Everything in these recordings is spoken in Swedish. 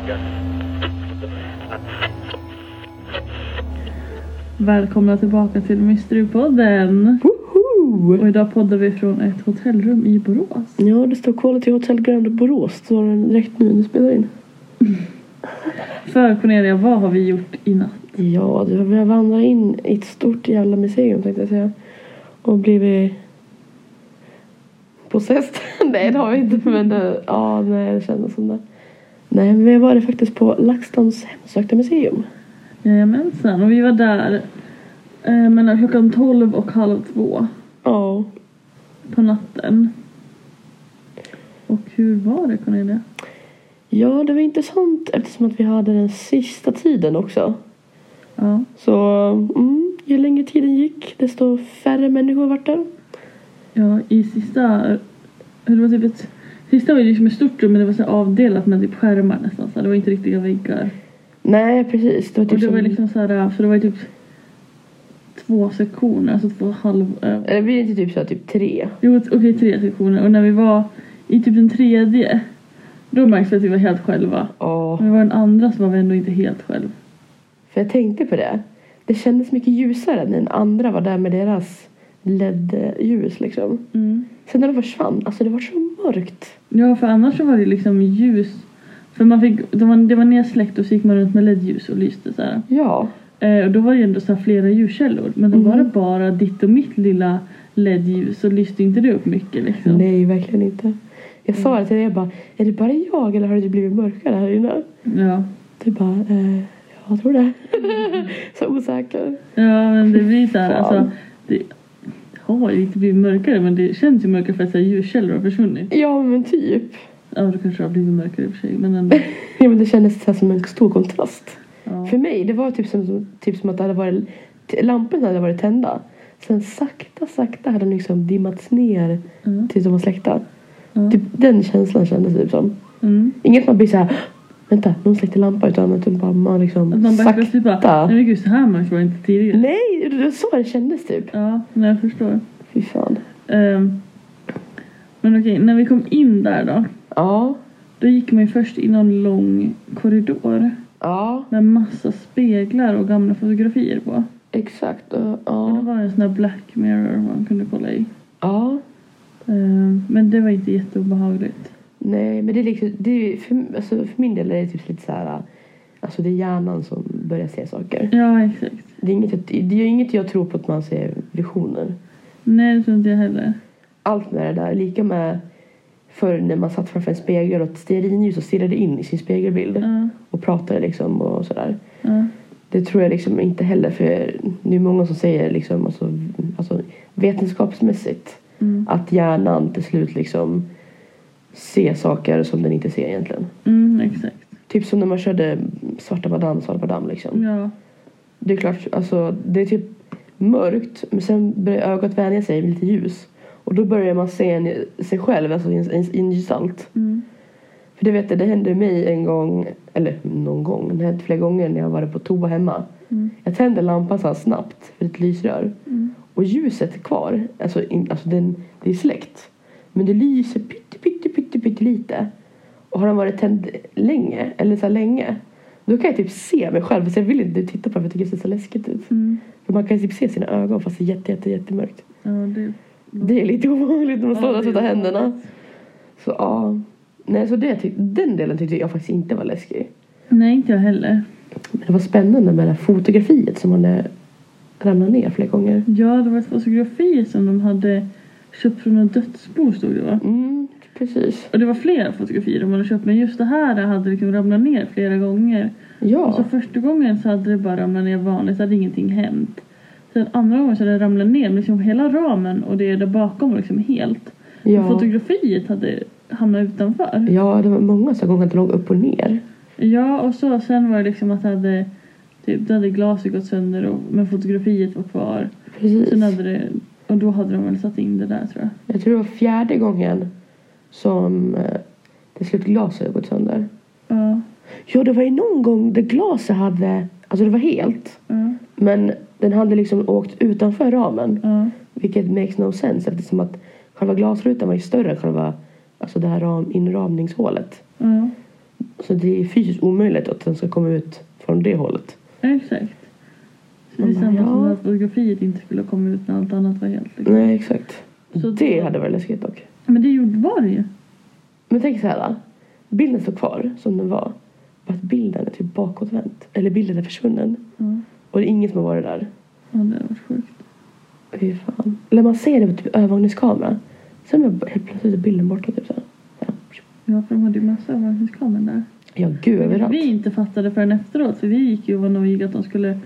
Välkomna tillbaka till Mysterypodden. Woho! Och idag poddar vi från ett hotellrum i Borås. Ja, det står Quality Hotel Grand Borås. Står den direkt nu när du spelar in. För Cornelia, vad har vi gjort i natt? Ja, vi har vandrat in i ett stort jävla museum tänkte jag säga. Och blivit possessed. Nej, det har vi inte. Men det kändes som det. Nej, men vi var faktiskt på LaxTons hemsökta museum. Jajamensan, och vi var där mellan klockan 12 och halv 2 Ja. på natten. Och hur var det, Cornelia? Ja, det var intressant eftersom att vi hade den sista tiden också. Ja. Så ju längre tiden gick, desto färre människor var där. Ja, i sista var det liksom ett stort rum, men det var så avdelat med typ skärmar nästan. Så det var inte riktiga väggar. Nej, precis. Det var typ och det var liksom så här, för det var typ 2 sektioner, alltså 2 halv... Eller vi är inte typ så här, typ 3. Jo, okej, 3 sektioner. Och när vi var i typ den 3:e, då märkte vi att vi var helt själva. Ja. Men vi var den andra så var vi ändå inte helt själv. För jag tänkte på det. Det kändes mycket ljusare när den andra var där med deras LED-ljus liksom. Mm. Sen när de försvann, alltså det var så mörkt. Ja, för annars så var det liksom ljus. För man fick, det var nedsläckt och så gick man runt med LED-ljus och lyste så här. Ja. Och då var det ändå så här flera ljuskällor. Men då var det bara ditt och mitt lilla LED-ljus. Så lyste inte det upp mycket liksom. Nej, verkligen inte. Jag sa det till dig, jag bara, är det bara jag eller har det blivit mörkare här inne? Ja. Du bara, jag tror det. Så osäker. Ja, men det blir så här, Fan. alltså, det har ju inte blivit mörkare, men det känns ju mörkare för att så här, ljuskällor har försvunnit. Ja, men typ. Ja, då kanske det har blivit mörkare i och för sig, men ändå. Ja, men det kändes så här som en stor kontrast. Ja. För mig, det var typ som att det hade varit, lamporna hade varit tända. Sen sakta hade de liksom dimmats ner tills de var släckta. Ja. Typ den känslan kändes typ som. Inget man blir så här, vänta, någon släckte lampa, utan att bara man liksom Att man bara sakta. plötsligt bara, nej men gud, så här mörkt var det inte tidigare. Nej, det var så det kändes typ. Ja, nej, jag förstår. Fy fan. Men okej, när vi kom in där då. Ja. Då gick man ju först i någon lång korridor. Ja, Med massa speglar och gamla fotografier på. exakt. Och det Ja. var en sån här Black Mirror man kunde kolla i. Ja. Men det var inte jätteobehagligt. Nej, men det är liksom, för min del är det typ lite så här, alltså det är hjärnan som börjar se saker. Ja, exakt. Det är inget jag tror på att man ser visioner. Nej, det tror inte jag heller. Allt med det där, lika med för när man satt framför en spegel och ett stearinljus och stirrade in i sin spegelbild och pratade liksom och sådär. Det tror jag liksom inte heller, för det är många som säger liksom, alltså vetenskapsmässigt att hjärnan till slut liksom ser saker som den inte ser egentligen. Exakt. Typ som när man körde Svarta Madame liksom. Ja. Det är klart, alltså det är typ mörkt, men sen börjar ögat vänja sig med lite ljus. Och då börjar man se sig själv, alltså en gestalt. För det hände mig en gång, eller någon gång, det hände flera gånger när jag var på toa hemma. Jag tände lampan så här snabbt för ett lysrör. Och ljuset är kvar, alltså det är släckt. Men det lyser pytte lite. Och har den varit tänd länge, eller så här länge, då kan jag typ se mig själv. Så jag vill inte titta på det, för jag tycker det ser så läskigt ut. För man kan typ se sina ögon fast det är jättemörkt. Ja, Det är lite ovanligt när man står där och tar händerna. Så ja. Nej, så den delen tyckte jag faktiskt inte var läskig. Nej, inte jag heller. Men det var spännande med det här fotografiet som man ramlade ner flera gånger. Ja, det var ett fotografi som de hade köpt från en dödsbo, stod det, va? Precis. Och det var flera fotografier de hade köpt, men just det här hade liksom ramlat ner flera gånger. Ja. Och så första gången så hade det bara ramlat ner vanligt, så hade ingenting hänt. Sen andra gången så hade det ramlat ner liksom hela ramen och det där bakom var liksom helt. Ja. Och fotografiet hade hamnat utanför. Ja, det var många så gånger att det låg upp och ner. Ja, och så sen var det liksom att det hade glaset gått sönder men fotografiet var kvar. Precis. Sen och då hade de väl satt in det där, tror jag. Jag tror det var 4:e gången som det slut glaset hade gått sönder. Ja. Ja, det var ju någon gång där glaset hade, alltså det var helt. Men den hade liksom åkt utanför ramen. Vilket makes no sense, eftersom att själva glasrutan var ju större än själva, alltså det här inramningshålet. Så det är fysiskt omöjligt att den ska komma ut från det hållet. Exakt. Så det är samma som att fotografiet inte skulle komma ut när allt annat var helt. Liksom. Nej, exakt. Så det hade varit läskigt dock. Men det var det ju. Men tänk så här. Bilden står kvar som den var. Bara att bilden är typ bakåtvänt. Eller bilden är försvunnen. Och det är ingen som har varit där. Ja, det har varit sjukt. Fy fan. Eller man ser det på typ övervakningskamera. Sen är helt plötsligt bilden borta typ så här. Ja, för de hade ju massa övervakningskameror där. Ja, gud överallt. Vi inte fattade förrän efteråt. För vi gick ju och var nojiga att de skulle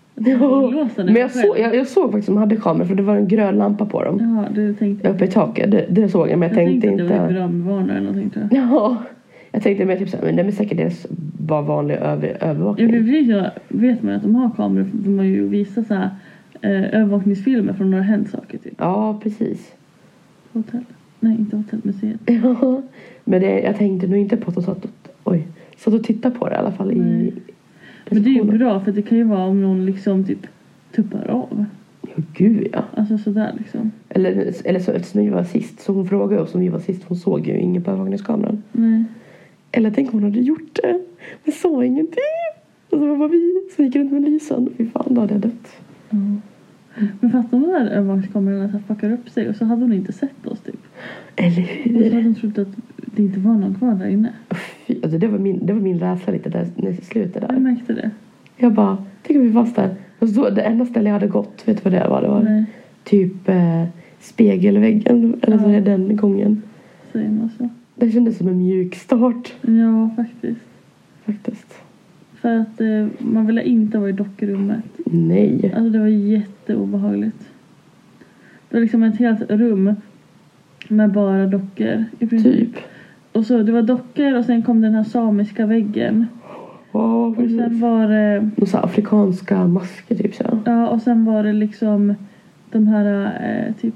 låsa den. Men jag såg faktiskt att de hade kameror. För det var en grön lampa på dem. Ja, det tänkte jag. Uppe i taket. Det såg jag. Men jag tänkte inte. Jag tänkte att det var brandvarnare eller någonting tror jag. Ja. Jag tänkte mer typ så här. Men det är säkert deras var vanlig övervakning. Ja, vet man att de har kameror. För de har ju visat så här övervakningsfilmer från några hänt saker typ. Ja, precis. Hotell. Nej, inte hotellmuseet. Ja, men jag tänkte nog inte på att de satt och tittade på det i alla fall. Nej. Men det är ju bra för det kan ju vara om någon liksom typ tuppar av. Ja, gud ja. Alltså sådär liksom. Eller så eftersom vi var sist. Så hon frågade oss om vi var sist. Hon såg ju ingen på övervakningskameran. Nej. Eller tänk om hon hade gjort det. Men sa ingenting. Och så var vi som gick runt med lysen. Fy fan, då hade jag dött. Mm. Men fattar man där övervakningskamerorna så fuckar upp sig. Och så hade hon inte sett oss typ. Eller hur? Och så hade hon trott att det inte var någon kvar där inne. Alltså det var min rädsla lite där när jag slutade där. Jag märkte det. Jag bara, tänk om vi fast där. Och så det enda stället jag hade gått, vet du vad det var? Det var Nej. typ spegelväggen. Eller så är den gången. Säger man så. Det kändes som en mjuk start. Ja, faktiskt. För att man ville inte vara i dockrummet. Nej. Alltså det var jätteobehagligt. Det var liksom ett helt rum med bara dockor i princip. Typ. Och så det var dockor och sen kom den här samiska väggen. Oh, och sen var det några så afrikanska masker typ så. Ja, och sen var det liksom de här typ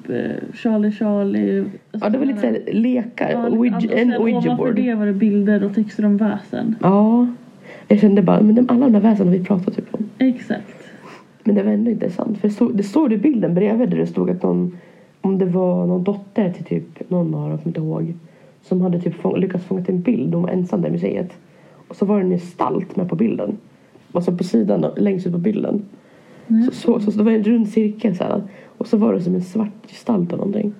Charlie. Ja, det var lite så här lekar. Ja, en Ouija board. Det var det bilder och texter om väsen. Ja. Jag kände bara, men alla de där väsen har vi pratat typ om. Exakt. Men det var ändå inte sant. För det stod i bilden bredvid där det stod att om det var någon dotter till typ någon av dem, jag inte ihåg. Som hade typ lyckats fånga en bild. De var ensam där i museet. Och så var det en gestalt med på bilden. Alltså på sidan, längst ut på bilden. Så det var en rund cirkel så här. Och så var det som en svart gestalt eller någonting.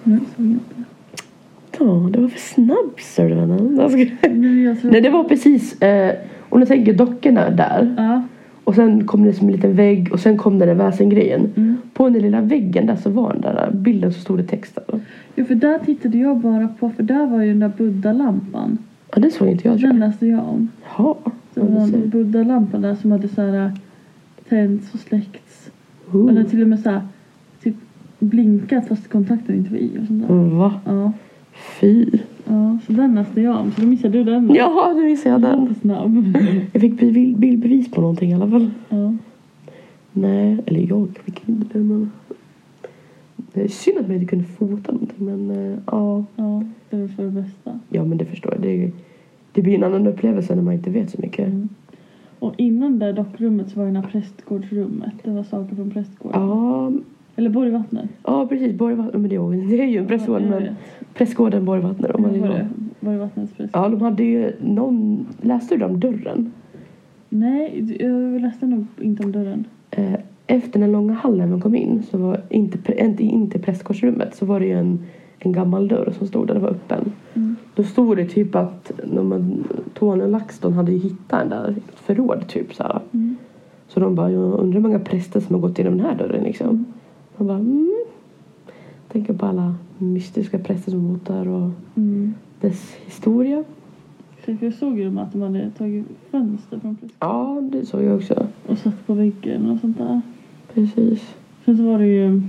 Ja, det var för snabb, sir, vännen. Nej, det var precis... om du tänker dockorna där. Ja. Och sen kom det som en liten vägg. Och sen kom den där väsengrejen. På den lilla väggen där så var den där bilden så stod det texten. Jo, för där tittade jag bara på. För där var ju den där Buddha-lampan. Ja, det såg inte jag. Den läste jag om. Ja. Det var en Buddha-lampa där som hade så här tänts och släckts. Och den till och med så här typ blinkat fast kontakten inte var i och sånt där. Va? Ja. Fy. Ja, så den läste jag om. Så då missade du den. Ja, nu missade jag den. Snabb. Jag fick bildbevis på någonting i alla fall. Ja. Nej, eller jag fick inte det, men... Det är synd att man inte kunde fota någonting, men ja. Ja, det var för det bästa. Ja, men det förstår jag. Det blir en annan upplevelse när man inte vet så mycket. Och innan det dockrummet så var det den här prästgårdsrummet. Det var saker från prästgården. Ja. Eller Borgvattnet. Ja, precis. Borgvattnet. Men det är ju en prästgård, men prästgården Borgvattnet. Borgvattnets prästgård. Ja, de hade ju någon... Läste du om dörren? Nej, jag läste nog inte om dörren. Efter den långa hallen man kom in så var inte prästgårdsrummet, så var det ju en gammal dörr som stod där, det var öppen. Då stod det typ att Tony och LaxTon hade ju hittat en där förråd typ så här. Så de bara, jag undrar hur många präster som har gått igenom den här dörren liksom. De bara, tänker på alla mystiska präster som bott där och dess historia. Jag såg ju att de hade tagit fönster från prästgården. Ja, det såg jag också. Och satt på väggen och sånt där. Precis. Sen så var det ju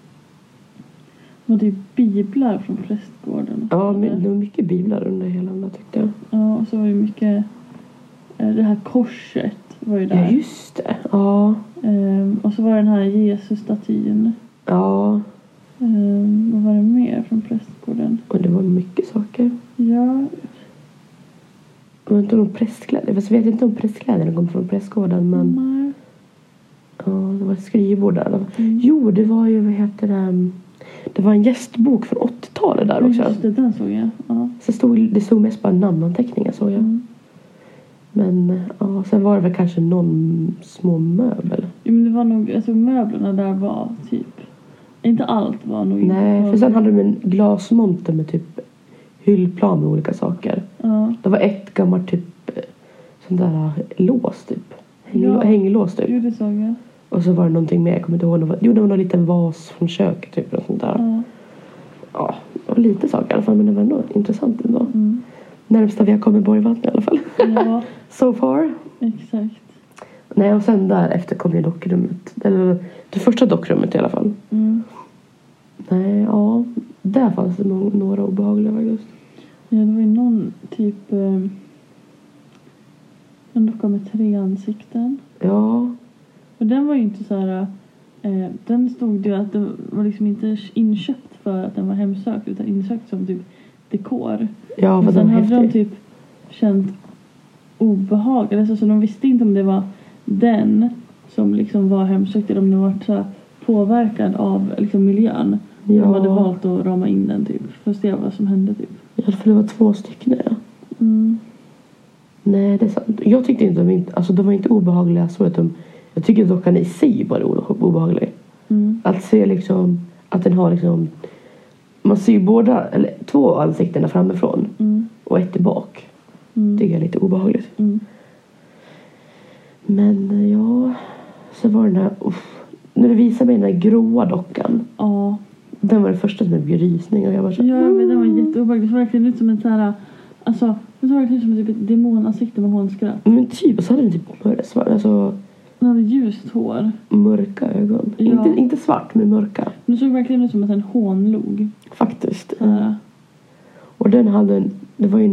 biblar från prästgården. Ja, det var mycket biblar under hela den där, tyckte jag. Ja, och så var det mycket... Det här korset var ju där. Ja, just det. Ja. Och så var den här Jesus-statyn. Ja. Vad var det mer från prästgården? Och det var mycket saker. Ja. Det var inte någon prästkläder. Fast jag vet inte om prästkläderna kom från prästgården. Men... Nej. Ja, det var ett skrivbord där. Jo, det var ju, vad heter det? Det var en gästbok från 80-talet där också. Just det, den såg jag. Ja. Så det stod mest bara namnanteckningar, såg jag. Men ja, sen var det väl kanske någon små möbel. Jo, men det var nog, alltså möblerna där var typ, inte allt var nog. Nej, för sen hade de en glasmonter med typ hyllplan med olika saker. Ja. Det var ett gammalt typ sån där lås typ. Hänglås typ. Jo, det såg jag. Och så var det någonting mer, jag kommer inte ihåg. Det var någon liten vas från köket typ. Och sånt där. Ja. Ja, och lite saker i alla fall. Men det var ändå intressant ändå. Mm. Närmsta vi har kommit Borgvattnet i alla fall. Ja, So far. exakt. Nej, och sen därefter kom ju dockrummet. Eller det första dockrummet i alla fall. Mm. Nej, ja. Där fanns det några obehagliga faktiskt. Ja, det var ju någon typ en docka med 3 ansikten. Ja. Och den var ju inte så här. Den stod ju att det var liksom inte inköpt för att den var hemsökt, utan insökt som typ dekor. Ja, Men vad sen den hade de häftig. typ känt obehag. Alltså, så de visste inte om det var den som liksom var hemsökt eller om det var så här påverkad av liksom miljön. Ja. De hade valt att rama in den typ för att se vad som hände typ. Ja, för det var 2 stycken, ja. Mm. Nej, det är sant. Jag tyckte inte de var inte obehagliga så att jag tycker att dockan i sig var obehaglig. Mm. Att se liksom att den har liksom, man ser ju 2 ansikten framifrån och ett i bak. Det är lite obehagligt. Mm. Men ja, så var den där, när du visade mig den där gråa dockan. Ja. Den var det första som blev rysning och jag var så. Ja, men den var jätteobehaglig. Det såg verkligen ut som en så här, alltså det såg verkligen ut som typ ett demonansikte med hånskratt. Men typ, och så hade den typ alltså Den hade ljust hår. mörka ögon. Ja. Inte svart, men mörka. Det såg verkligen ut som att den hånlog. Faktiskt. Så. Och den hade, det var ju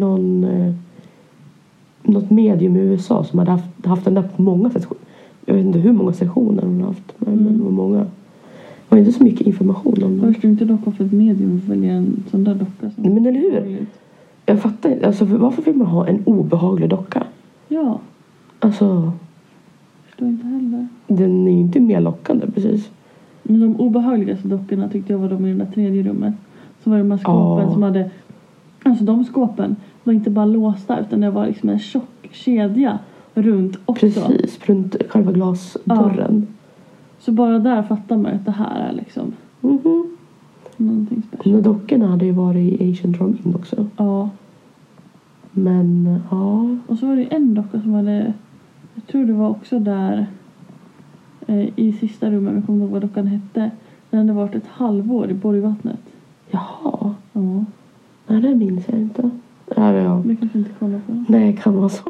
något medium i USA som hade haft den där på många sessioner. Jag vet inte hur många sessioner hon har haft. Men det var många. Det var inte så mycket information om Jag det. förstår inte dock varför ett medium väljer en sån där docka. Som Men eller hur? Jag fattar inte. Alltså, varför vill man ha en obehaglig docka? Ja, Alltså, förstår inte heller. den är ju inte mer lockande precis. Men de obehagligaste dockorna tyckte jag var de i det där 3:e rummet. Så var det de här skåpen som hade, alltså de skåpen var inte bara låsta utan det var liksom en tjock kedja runt också. Precis, runt själva glasdörren. Så bara där fattar man att det här är liksom någonting De speciellt. dockorna hade ju varit i Ancient Romin också. Ja. Men ja. Och så var det en docka som hade, jag tror det var också där i sista rummet, jag kommer inte ihåg vad dockan hette. Den hade varit ett halvår i Borgvattnet. Jaha. Ja. Nej, det minns jag inte. Ja, ja. Det kanske inte kolla på. Nej, det kan vara så.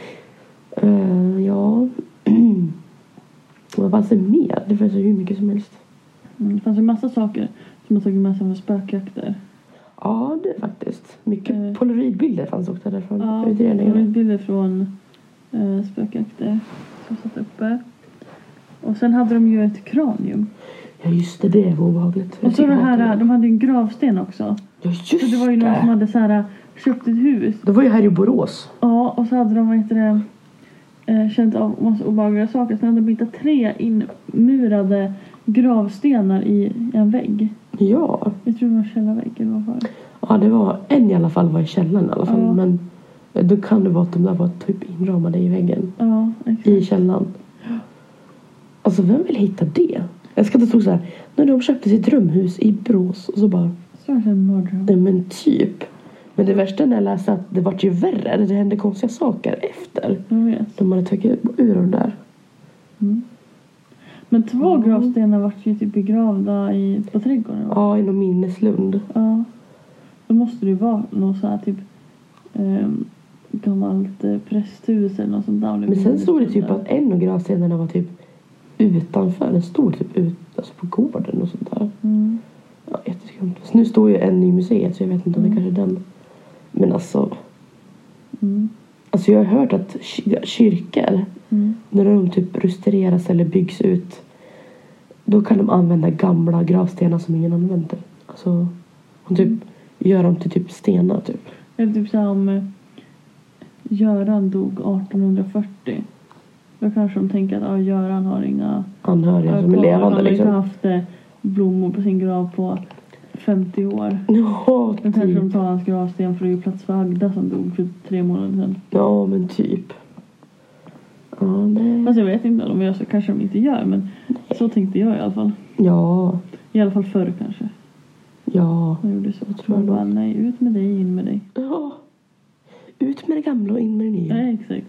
Ja. Vad fanns det mer? Det fanns ju hur mycket som helst. Det fanns ju massa saker som jag tagit med sig från spökjakter. Ja, det är faktiskt. Mycket polaroidbilder fanns också därifrån. Ja, utredningarna. bilder från spökjakter som satt uppe. Och sen hade de ju ett kranium. Ja, just det. Det var obehagligt. Och så det här, de hade en gravsten också. Ja, just så det var ju någon som hade så här, köpt ett hus. Det var ju här i Borås. Ja, och så hade de, vad heter det, känt av massa obehagliga saker. Sen hade de hittat 3 inmurade gravstenar i en vägg. Ja. Jag tror det var källarvägg eller vad var det? Ja, det var en i alla fall var i källaren i alla fall. Ja. Men då kan det vara att de där var typ inramade i väggen. Ja, exakt. I källaren. Alltså, vem vill hitta det? Jag ska inte stå så här. När de köpte sitt rumhus i Borås och så bara. Så är det en mardröm. Nej, men typ. Men det värsta när jag läste att det var ju värre. Det hände konstiga saker efter. Jag vet. De hade tagit ur dem där. Mm. Men 2 gravstenar var ju typ begravda på trädgården. Va? Ja, i någon minneslund. Ja. Då måste det ju vara något så här typ gammalt prästhus eller något sånt där. Men sen stod det typ att en av gravstenarna var typ utanför. Den stod typ alltså på gården och sånt där. Mm. Ja, jätteskumt. Så nu står ju en i museet så jag vet inte om det kanske är den. Men alltså. Alltså jag har hört att kyrkor. När de typ restaureras eller byggs ut. Då kan de använda gamla gravstenar som ingen använder. Alltså. Och typ gör dem till typ stenar typ. Eller typ så här om Göran dog 1840. Då kanske de tänker att Göran har inga anhöriga som är levande. Han har liksom. inte haft blommor på sin grav på 50 år. Ja, Då kanske de tar hans gravsten för att ge plats för Agda som dog för 3 månader sedan. Ja, men typ. Ja, det... Fast jag vet inte om de gör så. Kanske de inte gör. Men så tänkte jag i alla fall. Ja. I alla fall förr kanske. Ja. Jag gjorde så. Jag tror man bara, nej, ut med dig, in med dig. Ja. Ut med det gamla och in med det nya. Nej, exakt.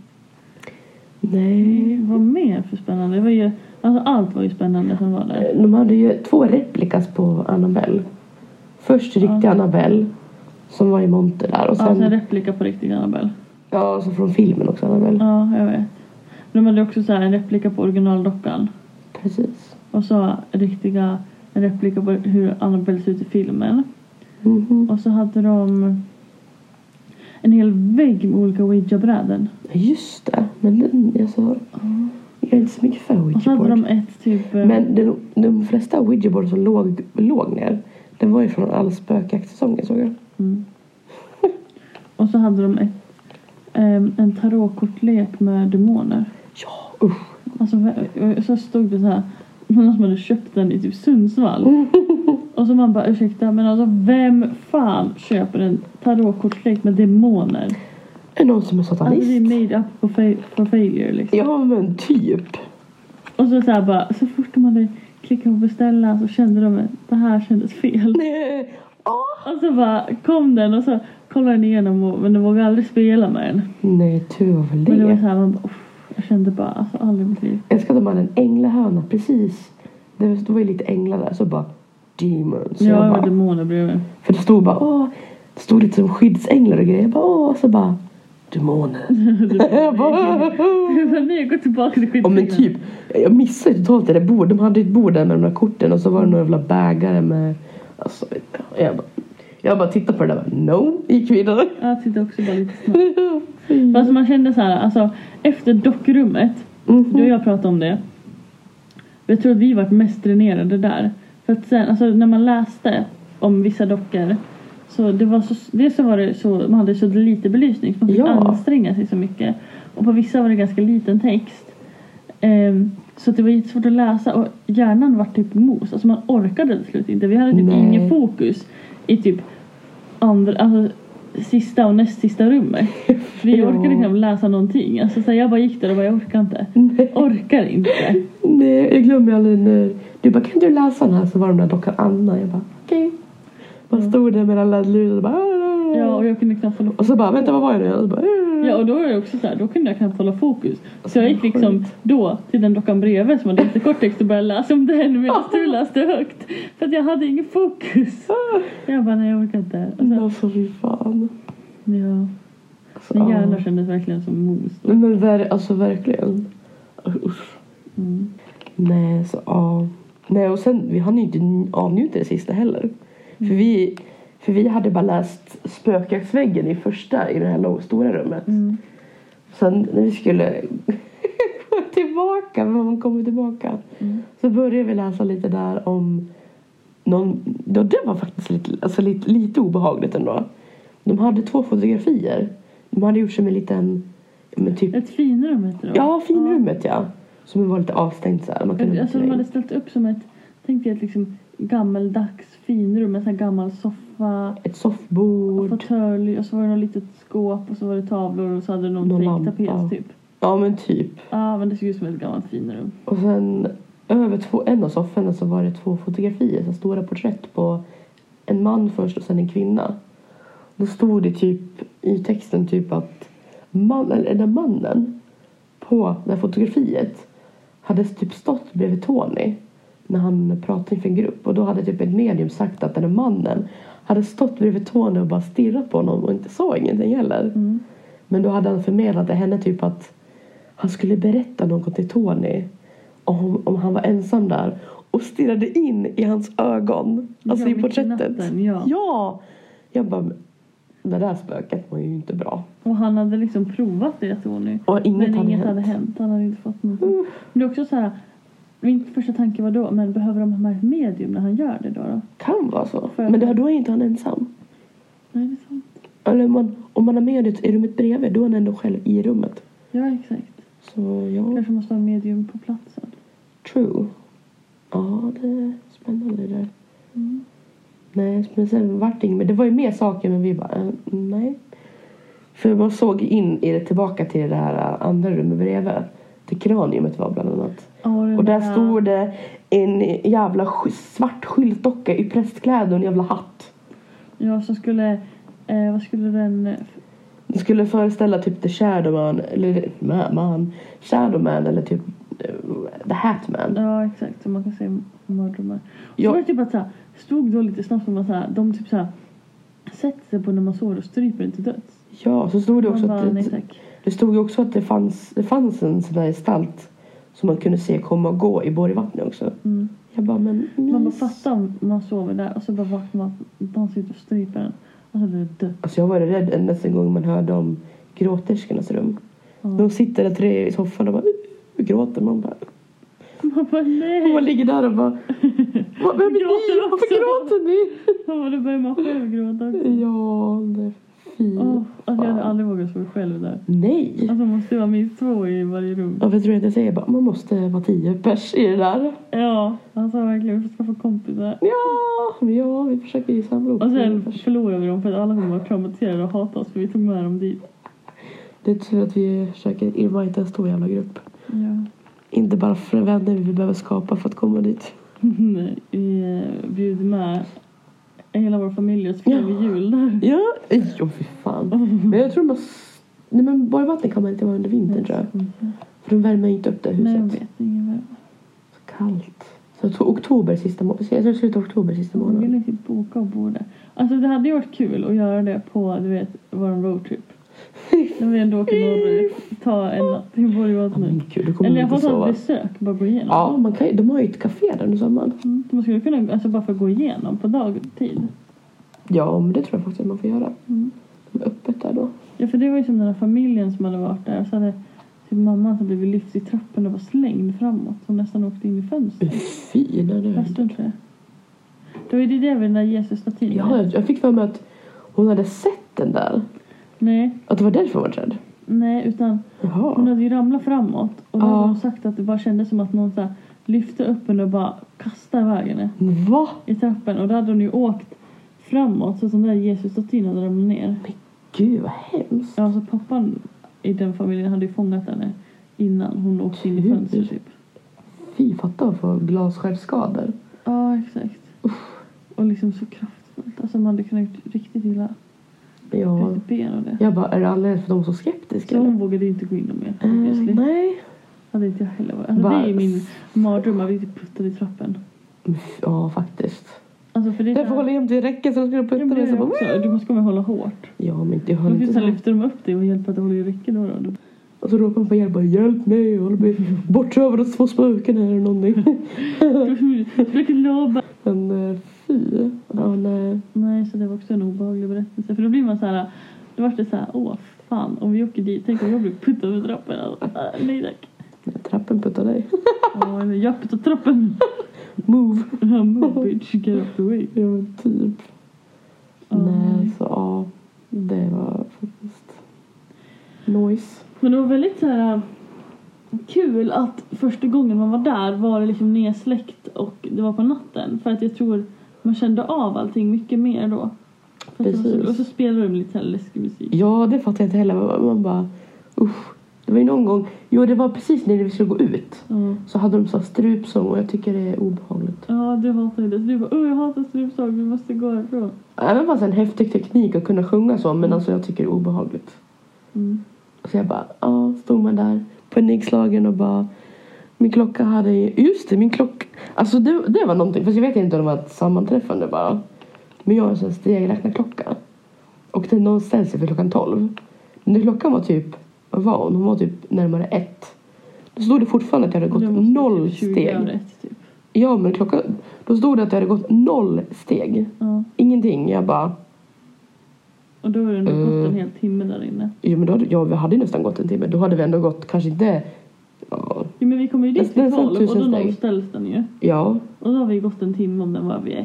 Nej. Vad mer för spännande? Det var ju, alltså allt var ju spännande som var där. De hade ju 2 replikas på Annabelle. Först riktig Annabelle. Som var i monter där. Och sen replika på riktig Annabelle. Ja, så från filmen också Annabelle. Ja, jag vet. De hade också så här en replika på originaldockan. Precis. Och så en replika på hur Annabelle ser ut i filmen. Mm-hmm. Och så hade de en hel vägg med olika Ouija-bräden. Just det. Men jag sa... Jag är inte så mycket för Ouija-board. Och så hade de ett typ... Men de flesta Ouija-board som låg ner. Den var ju från alla spökjaktsäsonger, såg jag. Mm. Och så hade de en tarotkortlek med demoner. Ja, usch. Alltså, så stod det så här. Någon som hade köpt den i typ Sundsvall. Och så man bara, ursäkta, men alltså vem fan köper en tarotkortlek med demoner? Är någon som är satanist? Alltså det är made up for failure liksom. Ja, men typ. Och så här bara, så fort de hade klickat på beställa så kände de att det här kändes fel. Nej. Och så bara kom den och så kollade den igenom men de vågade aldrig spela med den. Nej, tur var väl det. Men det var så här, man bara, jag kände bara, alltså aldrig i mitt liv. Jag ska ha en änglahörna, precis. Det var ju lite änglar där, så bara demons. Ja, jag det bara, var demoner bredvid. för det stod bara, det stod lite som skyddsänglar och grejer. Jag bara, så bara, demoner. Jag bara, nej, gå tillbaka till skiten. men typ, jag missade totalt det där bordet. De hade ett bord där med de där korten och så var det några jävla bägare med, alltså, jag bara tittade på det där, no, gick vidare. Jag tittade också bara lite snabbt. Fast man kände så här, alltså efter dockrummet, du och jag pratade om det. Jag tror att vi var mest dränerade där. För att sen, alltså när man läste om vissa dockor, så det var så, dels så var det så, man hade så lite belysning, så man fick anstränga sig så mycket. Och på vissa var det ganska liten text. Så det var jättesvårt att läsa och hjärnan var typ mos. Alltså man orkade till slut inte. Vi hade typ ingen fokus i typ sista och näst sista rummet. Vi orkade inte läsa någonting. Alltså så jag bara gick där och bara, jag orkar inte. Orkar inte. Nej, jag glömmer aldrig när du bara, kan du läsa den här? Så var de där dockan Anna. Jag bara, okej. Man stod där med alla ljud och bara, ja, och jag kunde knappt hålla fokus. och så bara, vänta, vad var det? Och så bara, ja, och då var det också så här, då kunde jag knappt hålla fokus. Så jag gick liksom då till den dockan bredvid som hade lite kort text och började läsa om den medan du läste högt. För att jag hade ingen fokus. Jag bara, nej, jag orkar inte. Alltså fy fan. Ja. Min hjärna kändes verkligen som mos då. Men alltså verkligen. Usch. Nej, så nej, och sen, vi hann ju inte avnjuta det sista heller. För vi hade bara läst spökjaktsväggen i det här stora rummet. Sen när vi skulle gå tillbaka, när man kommer tillbaka, så började vi läsa lite där om det var faktiskt lite obehagligt ändå. De hade 2 fotografier. De hade gjort som en liten, men typ ett finrum heter det. Ja, finrummet, ja. Som var lite avstängt så här. Alltså de hade ställt upp som tänkte jag, ett liksom gammaldags finrum med en sån här gammal soffa, ett soffbord, fåtölj, och så var det något litet skåp och så var det tavlor och så hade det någon fejktapet typ. Ja, men typ. Ja, men det såg ut som ett gammalt finrum. Och sen över en av sofforna så var det 2 fotografier, så stora porträtt på en man först och sen en kvinna. Då stod det typ i texten typ att mannen på det här fotografiet hade typ stått bredvid Tony när han pratade inför en grupp. Och då hade typ ett medium sagt att den här mannen hade stått bredvid Tony och bara stirrat på honom och inte sa ingenting heller. Men då hade han förmedlat till henne typ att han skulle berätta något till Tony om han var ensam där. Och stirrade in i hans ögon. Alltså i porträttet. Natten, ja. Jag bara, det där spöket var ju inte bra. Och han hade liksom provat det, Tony. Och inget hade hänt. Han hade inte fått någonting. Men det är också så här, min första tanke var då, men behöver de ha ett medium när han gör det då? Kan vara så. Men då är inte han ensam. Nej, det är sant. Eller om man har mediet i rummet bredvid, då är han ändå själv i rummet. Ja, exakt. Så ja. Kanske måste ha medium på platsen. True. Ja, det är spännande det där. Nej, men sen vart det inget. Men det var ju mer saker, men vi bara, nej. För man såg in i det, tillbaka till det här andra rummet bredvid. det kraniumet var bland annat. Oh, och där stod det en jävla svart skyltdocka i prästkläder och en jävla hatt. Ja, så skulle... vad skulle den... Det skulle föreställa typ The Shadowman. Eller Shadowman eller typ The Hatman. Ja, exakt. Så man kan säga mördare. Ja. Så var det typ att så här, stod då lite snabbt som att så här, de typ så här sätter sig på när man sover och stryper inte döds. Ja, så stod det också bara, att det stod ju också att det fanns en sån där gestalt som man kunde se komma och gå i Borgvattnet också. Mm. Jag bara, men man bara fattar om man sover där och så bara vaknar man, de sitter och stryper den. Alltså det är dött. Alltså jag var rädd ända en gång man hörde om gråterskornas rum. De sitter där tre i soffan och bara gråter. Man bara nej. Och man ligger där och bara vem är ni? Varför gråter ni? Ja, det börjar man själv gråta också. Ja, det är fint. Alltså jag hade aldrig vågat sova själv där. Nej. Alltså man måste vara minst 2 i varje rum. Ja, jag tror att jag säger bara, man måste vara 10 pers i det där. Ja, alltså verkligen, vi ska få kompisar. Ja, vi försöker ju samla upp. Och sen förlorar vi dem för att alla kommer vara traumatiserade och hata oss för vi tog med dem dit. Det är tur att vi försöker invita en stor jävla grupp. Ja. Inte bara för vänner vi behöver skapa för att komma dit. Nej, vi bjuder med hela vår familj och så firar vi jul där. Ja, fy fan. Men jag tror nej, men Borgvatten kan man inte vara under vintern, tror jag. För de värmer inte upp det huset. Nej, jag vet ingen värme. Så kallt. Så oktober sista månaden. Jag tror slutet av oktober sista månaden. Jag vill inte boka och bo där. Alltså det hade ju varit kul att göra det på, du vet, vår roadtrip. När vi ändå åker norrut. Ta en natt till Borgvatten. Eller jag får ta ett besök, bara gå igenom. Ja, man kan, de har ju ett café där under sommaren. Man skulle kunna, alltså bara för att gå igenom på dagtid. Ja, men det tror jag faktiskt att man får göra. De är öppet där då. Ja, för det var ju som den här familjen som hade varit där. Så hade typ mamman som blivit lyft i trappen och var slängd framåt. Som nästan åkte in i fönstret. Fy, när det fast inte det. Då är det där vid den där Jesus-statyn. Ja, jag fick för mig att hon hade sett den där. Nej. Att det var därför hon var rädd. Nej, utan hon hade ju ramlat framåt. Och då hade hon sagt att det bara kändes som att någon så här lyfte upp henne och bara kastade iväg henne. Va? I trappen. Och då hade hon ju åkt framåt. Så den där Jesus-statyn hade ramlat ner. Men gud, vad hemskt. Ja, så pappan i den familjen hade ju fångat henne innan hon åkte in i fönstret typ. Fy, fatta att få glasskärtsskador. Ja, exakt. Och liksom så kraftfullt. Alltså man hade kunnat gjort riktigt illa. Ja. Ben och det. Jag bara, är det alldeles för att de är så skeptiska? Så hon vågade inte gå in och mer. Nej. Hade inte jag heller varit. Alltså, det är min mardröm att vi inte puttade i trappen. Ja, faktiskt. Alltså för det jag får hålla in till räcket så de ska putta det. Så också. Du måste komma hålla hårt. Ja, men inte hålla inte så. Då lyfter de upp dig och hjälper att hålla i räcket då. Och så ropar man på hjälp. Hjälp mig. Jag håller på bortrövad och små spöken här eller någonting. Försöker lobba. Men fy. Ja, nej. Nej, så det var också en obehaglig berättelse. För då blir man så här. Då var det så här. Åh, fan. Om vi åker dit. Tänk om jag blir puttad med trappen. Nej, tack. Trappen puttar dig. Ja, jag puttar trappen. Move. Move, bitch. Get off the way. Ja, men typ. Nej, så ja. Det var faktiskt noise. Men det var väldigt så här kul att första gången man var där var det liksom nedsläckt och det var på natten. För att jag tror man kände av allting mycket mer då. Precis. Och så spelade de lite läskig musik. Ja, det fattar jag inte heller. Man bara, usch. Det var ju någon gång, det var precis när vi skulle gå ut. Så hade de så strupsång och jag tycker det är obehagligt. Ja, du hatar det. Du bara, jag hatar strupsång, vi måste gå härifrån. Även fast en häftig teknik att kunna sjunga så, men alltså jag tycker det är obehagligt. Så jag bara, stod man där panikslagen och bara, min klocka hade, just det, min klocka, alltså det var någonting, fast jag vet inte om det var ett sammanträffande bara. Men jag har en sån stegräknarklocka. Och den någon ställde sig för klockan 12. Men när klockan var typ, vad var hon? Hon var typ närmare 1. Då stod det fortfarande att jag hade gått 0 steg. Typ. Ja, men då stod det att jag hade gått 0 steg. Ingenting, jag bara. Och då var det nog gått en hel timme där inne. Ja, men vi hade nästan gått en timme. Då hade vi ändå gått, kanske inte. Ja, men vi kommer ju dit till 12 och då nollställs den ju. Ja. Och då har vi gått en timme om den var vid 1.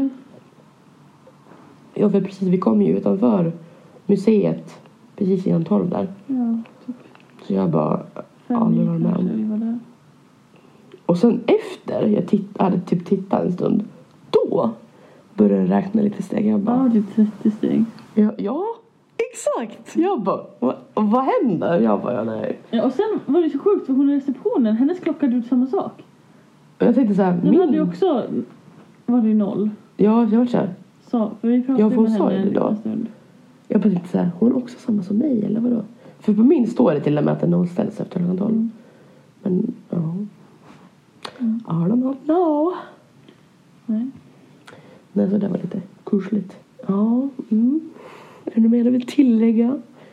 Ja, för precis, vi kom ju utanför museet precis innan 12 där. Ja, typ. Så jag bara, aldrig var med om. Vi var där. Och sen efter jag hade typ tittat en stund, då började jag räkna lite steg. Jag bara, det är 30 steg. Ja, Exakt! Jag bara, vad händer? Jag bara, nej. Ja, och sen var det så sjukt för hon i receptionen, hennes klocka hade gjort samma sak. Jag tänkte så här, Den hade ju också, var det ju 0. Ja, jag var så här. Så, för vi pratade med henne en liten stund. Jag bara tänkte så här, hon är också samma som mig, eller vadå? För på min står det till och med att den nollställs efter klockan 12. Men, ja. I don't know. Nej, så det var lite kursligt. Ja, Är det något mer du vill tillägga?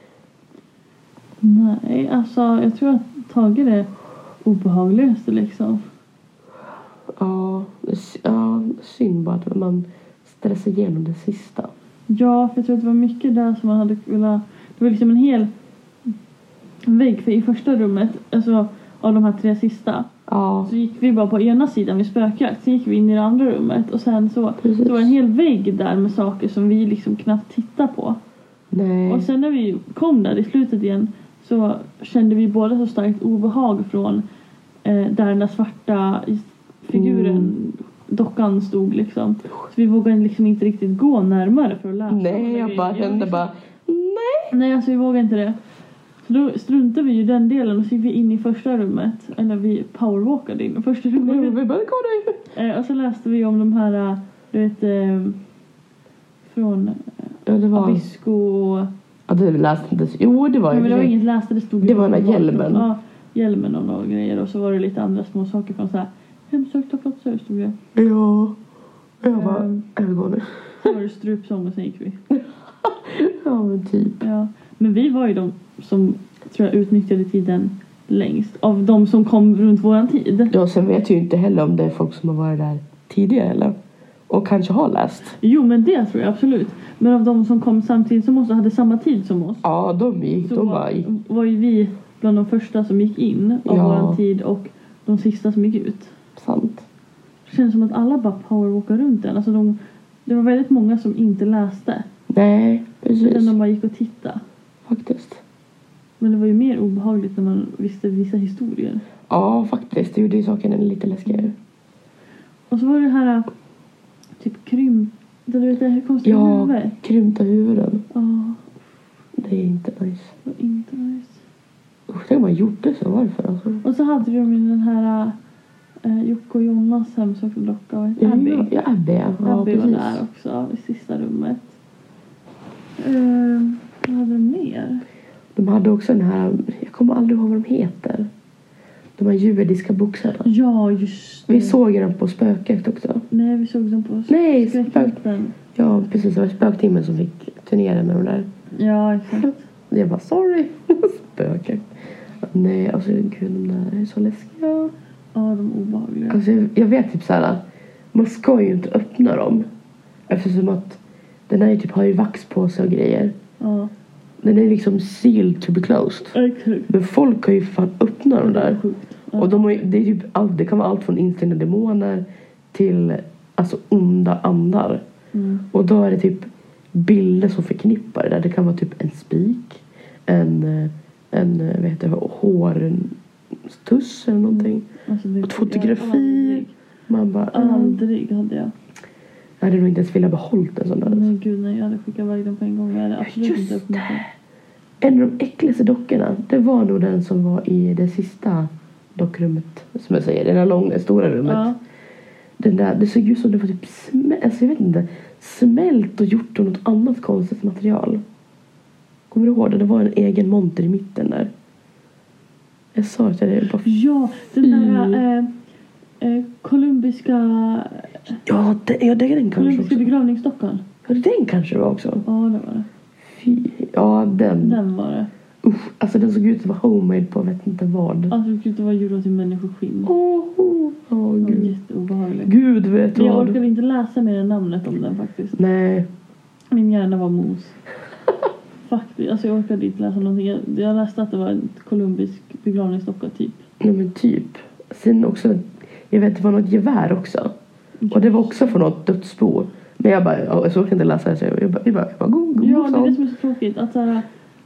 Nej, alltså jag tror att Tage är det obehagligaste liksom. Ja, synd bara att man stressar igenom det sista. Ja, för jag tror att det var mycket där som man hade velat... Det var liksom en hel vägg för i första rummet, alltså av de här 3 sista. Ja. Så gick vi bara på ena sidan vid spökjakt. Sen gick vi in i det andra rummet. Och sen så var det en hel vägg där med saker som vi liksom knappt tittar på. Nej. Och sen när vi kom där i slutet igen så kände vi båda så starkt obehag från där den där svarta figuren, dockan stod liksom. Så vi vågade liksom inte riktigt gå närmare för att läsa. Nej, jag bara kände bara, nej, alltså vi vågade inte det. Så då struntade vi ju den delen och så gick vi in i första rummet. Eller vi powerwalkade in i första rummet. Vi bara kolla. Och så läste vi om de här, du vet, från Abisko. Ja, det läste inte. Jo, det var ju. Men det var inget läste, det stod. Det var den här hjälmen. Ja, hjälmen och några grejer. Och så var det lite andra små saker från så här. Hemsökta platser stod det. Ja. Jag bara, jag går nu. Så var det strupsång och sen gick vi. Ja, men typ. Ja. Men vi var ju de som tror jag utnyttjade tiden längst. Av de som kom runt våran tid. Ja, sen vet jag ju inte heller om det är folk som har varit där tidigare eller. Och kanske har läst. Jo, men det tror jag absolut. Men av de som kom samtidigt som oss och hade samma tid som oss. Ja, de var ju vi bland de första som gick in av våran tid och de sista som gick ut. Sant. Det känns som att alla bara powerwalkar runt den. Alltså det var väldigt många som inte läste. Nej, precis. Utan de bara gick och tittade. Faktiskt. Men det var ju mer obehagligt när man visste vissa historier. Ja, faktiskt. Det gjorde ju saken lite läskigare. Och så var det här typ det du vet det här konstiga huvudet. Ja, krympta huvuden. Ja. Det är inte nice. Det var inte nice. Usch, tänk om man gjort det så. Varför alltså? Och så hade de ju den här Jocke och Jonas hemsökta docka. Abby. Ja, Abby. Ja, Abby var där också i sista rummet. Vad hade de mer? De hade också den här, jag kommer aldrig ihåg vad de heter. De här judiska boxarna. Ja, just det. Vi såg dem på spöket också. Nej, vi såg dem på skräcktimmen. Ja, precis. Det var spöktimmen som fick turnera med de där. Ja, exakt. Jag bara, sorry. Spöket. Nej, alltså gud, de där är så läskiga. Ja, de är obehagliga. Alltså jag vet typ såhär, man ska ju inte öppna dem. Eftersom att den här typ har ju vax på sig och grejer. Ja. Den är liksom sealed to be closed. Exakt. Men folk har ju fan öppnat dem där. Ja. Och det är typ det kan vara allt från instängda demoner till alltså onda andar. Och då är det typ bilder som förknippar det där. Det kan vara typ en spik, en vad heter det, hårtuss eller någonting. Alltså, ett fotografi. Man bara aldrig hade jag. Jag hade nog inte ens velat behålla en sån där. Nej gud, nej, jag hade skickat iväg den på en gång. Jag hade absolut inte öppnat den. En av de äckligaste dockorna, det var nog den som var i det sista dockrummet, som jag säger, det där långa, stora rummet. Ja. Den där, det såg ut som det var typ alltså jag vet inte, smält och gjort av något annat konstigt material. Kommer du ihåg det? Det var en egen monter i mitten där. Jag sa att det bara... Ja, den där kolumbiska... Ja, det är den kanske kolumbiska också. begravningsdockan. Ja, den kanske det var också. Ja, det var det. Fy, ja, den var det. Usch, alltså den såg ut att vara homemade på vet inte vad. Alltså det såg ut att vara gjord till människoskinn. Gud. Jätteobehagligt. Gud vet vad. Jag orkade inte läsa mer än namnet om den faktiskt. Nej. Min hjärna var mos. Faktiskt, alltså jag orkade inte läsa någonting. Jag läste att det var en kolumbisk begravningsdocka typ. Ja men typ. Sen också, jag vet det var något gevär också. Och det var också från något dödsbo. Men jag bara, jag såg inte läsa det så jag bara god. Ja, det är det som är så tråkigt. Att såhär,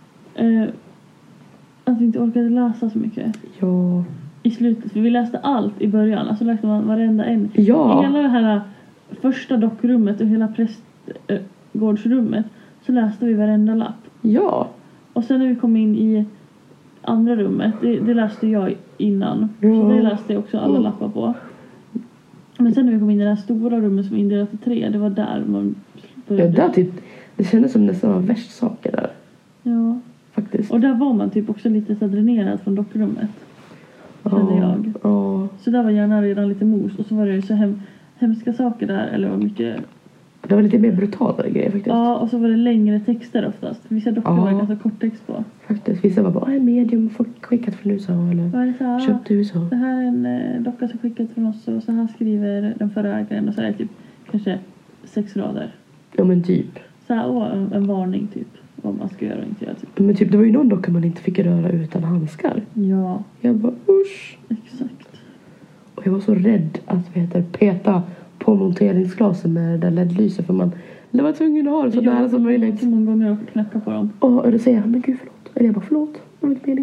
att vi inte orkade läsa så mycket. Ja. I slutet, för vi läste allt i början. Alltså läste man varenda en. Ja. I hela det här första dockrummet och hela prästgårdsrummet så läste vi varenda lapp. Ja. Och sen när vi kom in i andra rummet, det läste jag innan. Så det läste jag också alla lappar på. Men sen när vi kom in i det här stora rummet som är indelat i 3, det var där man började. Ja, där typ, det kändes som nästan var värst saker där. Ja. Faktiskt. Och där var man typ också lite så dränerad från dockrummet. Kände jag. Så där var hjärnan redan lite mos. Och så var det ju så hemska saker där. Eller var mycket... Det var lite mer brutalare grejer faktiskt. Ja, och så var det längre texter oftast. Vissa dockor var det ganska kort text på. Faktiskt, vissa var bara medium, folk skickat från USA eller köpt i USA. Det här är en docka som skickat från oss och så här skriver den förra ägaren. Och så är det typ kanske 6 rader. Ja men typ. Så här, en varning typ. Vad man ska göra och inte göra typ. Men typ, det var ju någon docka man inte fick röra utan handskar. Ja. Jag bara usch. Exakt. Och jag var så rädd att peta på monteringsglasen med det där LED-lyset. För man var tvungen att ha det så nära som möjligt. Så många gånger jag knacka på dem. Och då säger jag, men gud förlåt. Eller jag bara förlåt. Det var inte mening.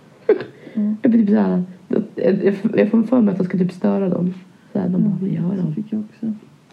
Jag blir typ såhär. Jag får för mig att jag ska typ störa dem. Så här, de bara, vad gör de? Så fick jag också.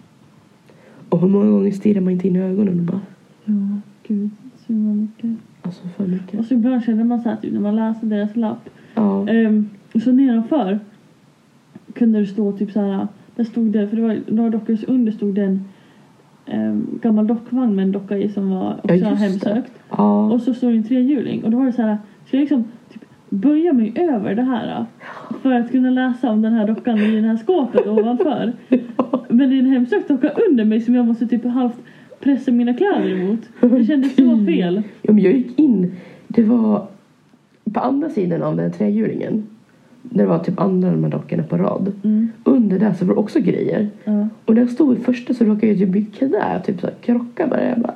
Och hur många gånger stirrar man inte in i ögonen och bara. Ja, gud. Så mycket. Alltså för mycket. Och så ibland känner man så här, typ, när man läser deras lapp. Ja. Så nedanför kunde det stå typ så här. Där stod det, för det var några dockor under stod det en gammal dockvagn med en docka i som var också hemsökt. Ja. Och så stod det en trehjuling. Och då var det så här, ska jag liksom typ böja mig över det här för att kunna läsa om den här dockan i det här skåpet ovanför. Men det är en hemsökt docka under mig som jag måste typ halvt pressa mina kläder emot. Det kändes så fel. Ja, men jag gick in, det var på andra sidan av den trehjulingen. Det var typ andra de här dockorna på rad. Under där så var det också grejer. Och när jag stod i första så råkade jag typ bli knä. Typ så här krocka bara. Jag bara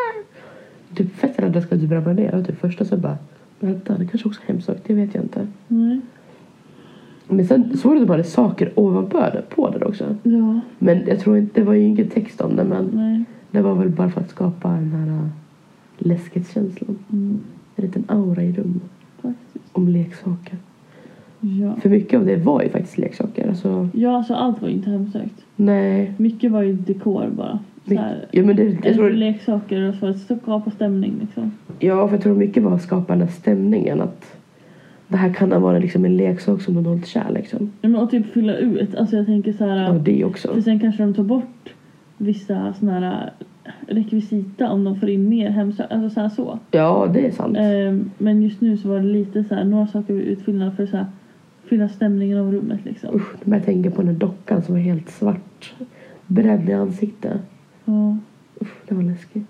typ fett rädd att jag skulle typ ramla ner. Och typ första så bara vänta, det kanske också är hemsökt. Det vet jag inte. Men sen så var det bara saker ovanpå det, på det också. Ja. Men jag tror inte, det var ju ingen text om det. Men Nej. det var väl bara för att skapa den här läskighetskänslan. En liten aura i rummet. Faktiskt. Om leksaker. Ja. För mycket av det var ju faktiskt leksaker. Alltså, Ja, alltså allt var ju inte hemsökt. nej. Mycket var ju dekor bara. Så här, Ja, men jag tror, leksaker och så att skapa stämning liksom. ja, för jag tror mycket var att skapa den här stämningen. Att det här kan vara liksom en leksak som de hållit kär liksom. Ja, men och typ fylla ut. Alltså jag tänker så här. Ja, det också. För sen kanske de tar bort vissa såna här rekvisita om de får in mer hemsökt. Alltså så här så. Ja, det är sant. Men just nu så var det lite så här, några saker utfyllnad för så här fylla stämningen av rummet liksom. Usch, jag tänker på den här dockan som var helt svart. Bredd i ansiktet. Ja. Usch, det var läskigt.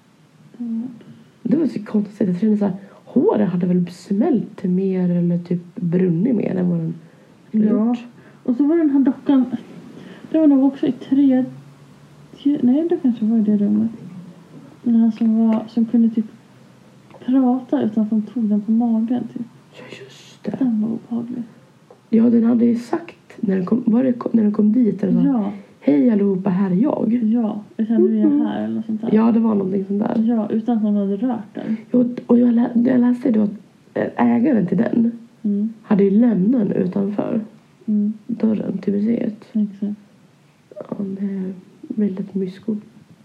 Det var så konstigt. Jag kände så här, håret hade väl smält mer eller typ brunnit mer än vad den hade gjort. Och så var den här dockan, det var nog också i 3. Nej, det kanske var i det rummet. Den här som kunde typ prata utan att de tog den på magen typ. Ja, just det. Den var obehaglig. Ja, den hade ju sagt när den kom dit eller så. Ja. Hej allihopa, här är jag. Ja, jag kände vi är här eller något sånt där. Ja, det var någonting sånt där. Ja, utan att någon hade rört den. Jo, och jag läste då att ägaren till den hade ju lämnat den utanför dörren till museet. Exakt. Ja, det är väldigt mysko.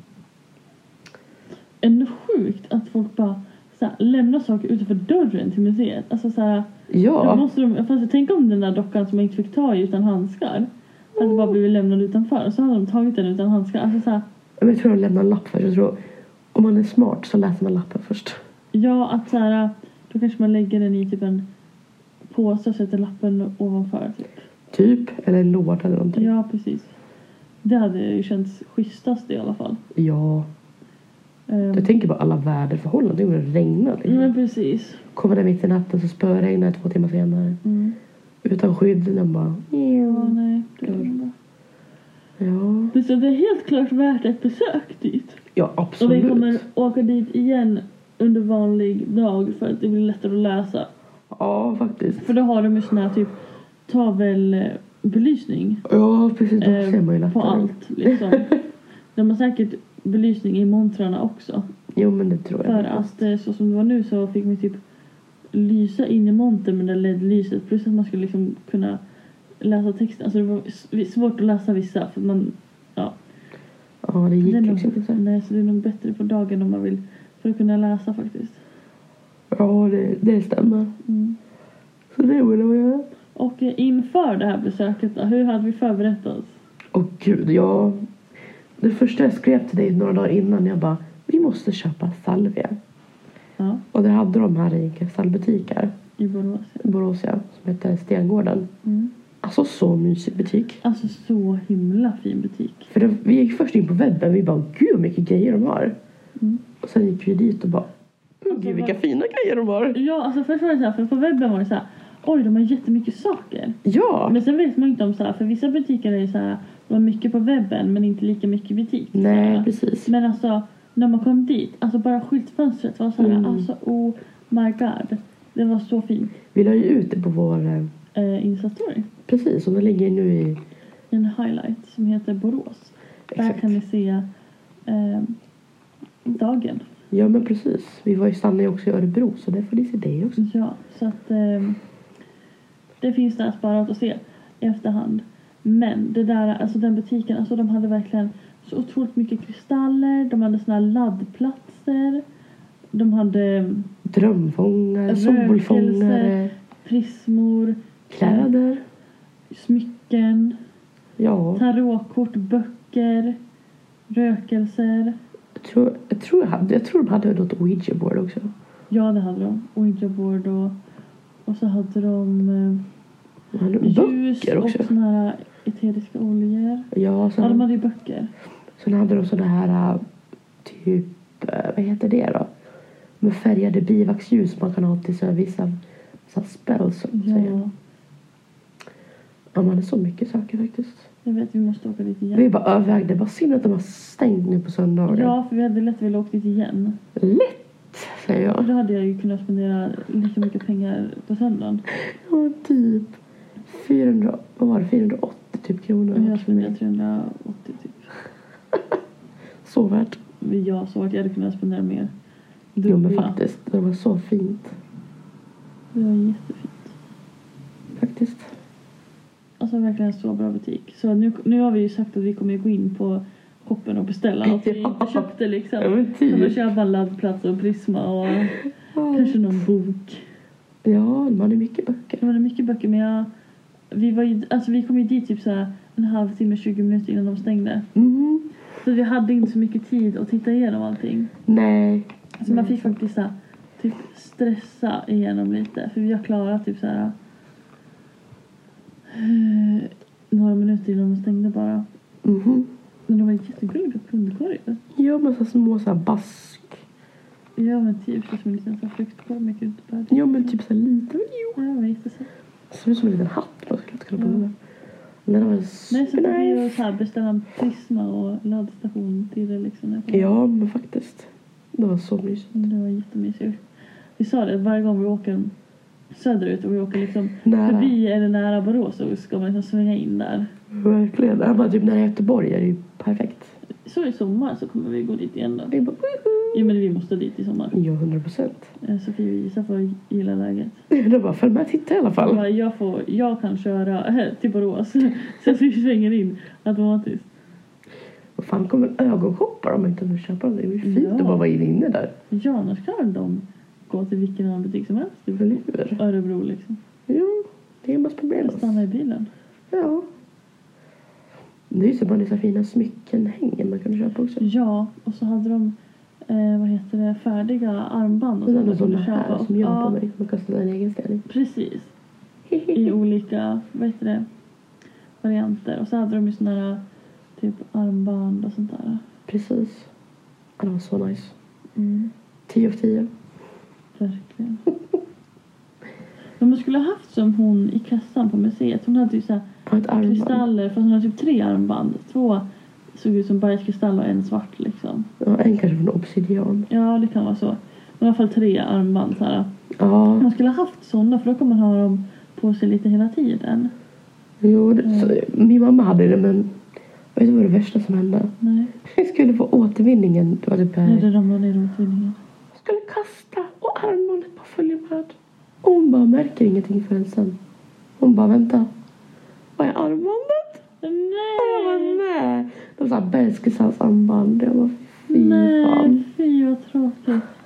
Ändå sjukt att folk bara så här, lämnar saker utanför dörren till museet. Alltså så här, Ja. Måste fast tänk om den där dockan som jag inte fick ta i utan handskar. Hade bara blivit lämnad utanför. Och så hade de tagit den utan handskar. Alltså så här, Men jag tror de lämnar en lapp först. Jag tror, om man är smart så läser man lappen först. ja, att så här, då kanske man lägger den i typ en påse och sätter lappen ovanför. Typ, eller en låda eller någonting. Ja, precis. Det hade ju känts schysstast i alla fall. Ja. Jag tänker på alla väderförhållanden. Det regnar liksom. Men precis. Kommer det mitt i natten så spöregnar 2 timmar senare. Utan skydd. Den bara... Ja, nej. Ja. Så det är helt klart värt ett besök dit. Ja, absolut. Och vi kommer åka dit igen under vanlig dag för att det blir lättare att läsa. Ja, faktiskt. För då har de ju sån här typ tavelbelysning. Ja, precis. Då ser man ju lättare. På allt liksom. De har säkert belysning i montrarna också. Jo, men det tror jag. För att så som det var nu så fick man typ lysa in i montern med det LED-lyset. Plus att man skulle liksom kunna läsa texten. Alltså det var svårt att läsa vissa. För man, ja. Ja, det gick det liksom inte. Nej, så det är nog bättre på dagen om man vill för att kunna läsa faktiskt. Ja, det stämmer. Så det vill jag göra. Och inför det här besöket då, hur hade vi förberett oss? Åh gud, det första jag skrev till dig några dagar innan, jag bara, vi måste köpa salvia. Ja. Och det hade de här i en kristallbutik här. I Borås. Borås, ja. Som heter Stengården. Alltså så mysig butik. Alltså så himla fin butik. För vi gick först in på webben. Vi bara, gud vad mycket grejer de har. Och sen gick vi dit och bara, gud vilka fina grejer de har. Ja, alltså först var det så här, för på webben var det så här, oj de har jättemycket saker. Ja. Men sen vet man inte om så här, för vissa butiker är så här, de har mycket på webben men inte lika mycket i butik. Nej, precis. Men alltså, när man kom dit, alltså bara skyltfönstret var så här, alltså oh my god. Det var så fint. Vi la ju ut det på vår Insta-story. Precis, och det ligger nu i en highlight som heter Borås. Exakt. Där kan ni se dagen. Ja, men precis. Vi var ju stanna också i Örebro, så där får ni se det också. Ja, så att det finns där sparat att se i efterhand. Men det där, alltså den butiken, alltså de hade verkligen så otroligt mycket kristaller. De hade såna här laddplatser. De hade drömfångare, solfångare, prismor, kläder, smycken, tarotkort, böcker, rökelser. Jag tror de hade något Ouija board också. Ja, det hade de. Ouija board och så hade de ljus också. Och såna här eteriska oljor. Ja, de hade ju böcker. Sen hade de såna här typ, vad heter det då? Med färgade bivaxljus man kan ha till så vissa spells. Ja. Ja, man hade så mycket saker faktiskt. Jag vet, vi måste åka dit igen. Vi bara övervägde, bara synd att de har stängt nu på söndagar. Ja, för vi hade lätt velat åka dit igen. Lätt, säger jag. Då hade jag ju kunnat spendera lika mycket pengar på söndagen. Ja, typ 480 typ kronor. Och jag spenderade 380 typ. Så värt. Ja, så att jag hade kunnat spendera mer. Jo, men faktiskt, det var så fint. Det var jättefint. Faktiskt. Alltså verkligen så bra butik. Så nu har vi ju sagt att vi kommer gå in på shoppen och beställa något vi inte köpte liksom. Ja, men typ. Kommer köpa en laddplats och prisma och kanske någon bok. Ja, man hade mycket böcker. Man hade mycket böcker, men vi kom ju dit typ så här en halvtimme, 20 minuter innan de stängde. Så vi hade inte så mycket tid att titta igenom allting. Nej. Så man fick faktiskt så här, typ stressa igenom lite. För vi har klarat typ så här några minuter innan de stängde bara. Men de var jättegulliga kundkorgar. Ja, men så små så här bask. Ja, men typ som en liten så här fruktkorg med kryddbär. Ja, men typ så här liten. Ja, det var jättesött. Såg ut som en liten hatt. Då skulle jag kunna på det. Men det var nej, så vi så här beställa en prisma och laddstation till det liksom. Ja, men faktiskt. Det var så mysigt. Det var jättemysigt. Vi sa det, varje gång vi åker söderut och vi åker liksom nära. Förbi eller nära Borås så ska man liksom svänga in där. Verkligen. Det bara typ nära Göteborg är det ju perfekt. Så i sommar så kommer vi gå dit igen då. Vi bara, ja, men vi måste dit i sommar. Ja, 100%. Sofie och Isa får gilla läget. Det bara, följ med och titta i alla fall. Jag kan köra till Borås. Så att vi svänger in automatiskt. Vad fan kommer ögonshoppar om man inte vill köpa dem? Det är ju fint att bara vara inne där. Ja, annars kan de gå till vilken annan butik som helst. Typ Örebro liksom. Ja, det är bara problem. Stanna i bilen. Ja. Det är ju så bara dessa fina smyckenhängen man kan köpa också. Ja, och så hade de färdiga armband. Och så sådana här som jag på mig. Man kan ställa en egen ställning. Precis. I olika, varianter. Och så hade de ju sådana här typ armband och sånt där. Precis. Ja, det var så nice. 10 av 10. Verkligen. Men man skulle ha haft som hon i kassan på museet. Hon hade ju så här kristaller. Fast hon hade typ 3 armband. 2 såg ut som bergskristaller och en svart liksom. Ja, en kanske från obsidian. Ja, det kan vara så. I alla fall 3 armband så här. Ja. Man skulle ha haft sådana, för då kan man ha dem på sig lite hela tiden. Jo, min mamma hade det, men vet du vad det värsta som hände? Nej. Jag skulle få återvinningen. Det var typ här. Nej, det ramlade ner återvinningen. Jag skulle kasta och armbandet bara följer med. Och hon bara märker ingenting förrän sen. Hon bara, vänta. Vad är armbandet? Nej. Nej. Det var såhär bergskristalls armband. Jag bara, fy fan. Fy vad tråkigt.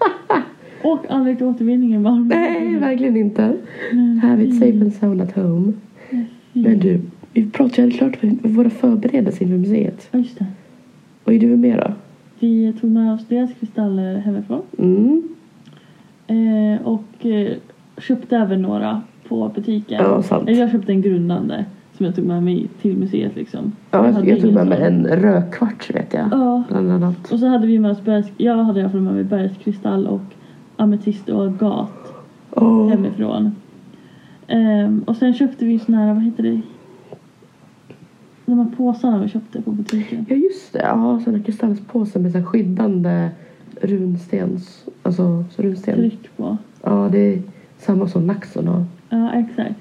varit återvinning i Malmö. Nej, verkligen inte. Have it safe and sound at home. Men du, vi pratade klart om våra förberedelser inför museet. Ja, just det. Vad är du med då? Vi tog med oss deras kristaller hemifrån. Och köpte även några på butiken. Ja, sant. Jag köpte en grundande som jag tog med mig till museet liksom. Ja, jag tog med mig en rödkvarts vet jag. Ja. Bland annat. Och så hade vi med oss jag hade i alla fall med mig bergskristall och ametist och agat hemifrån. Och sen köpte vi såna här, vad heter det? De här påsarna vi köpte på butiken. Ja just det, ja sådana kristallspåsar med så här skyddande runstens, alltså så runsten. Tryck på. Ja, det är samma som laxen har. Ja, exakt.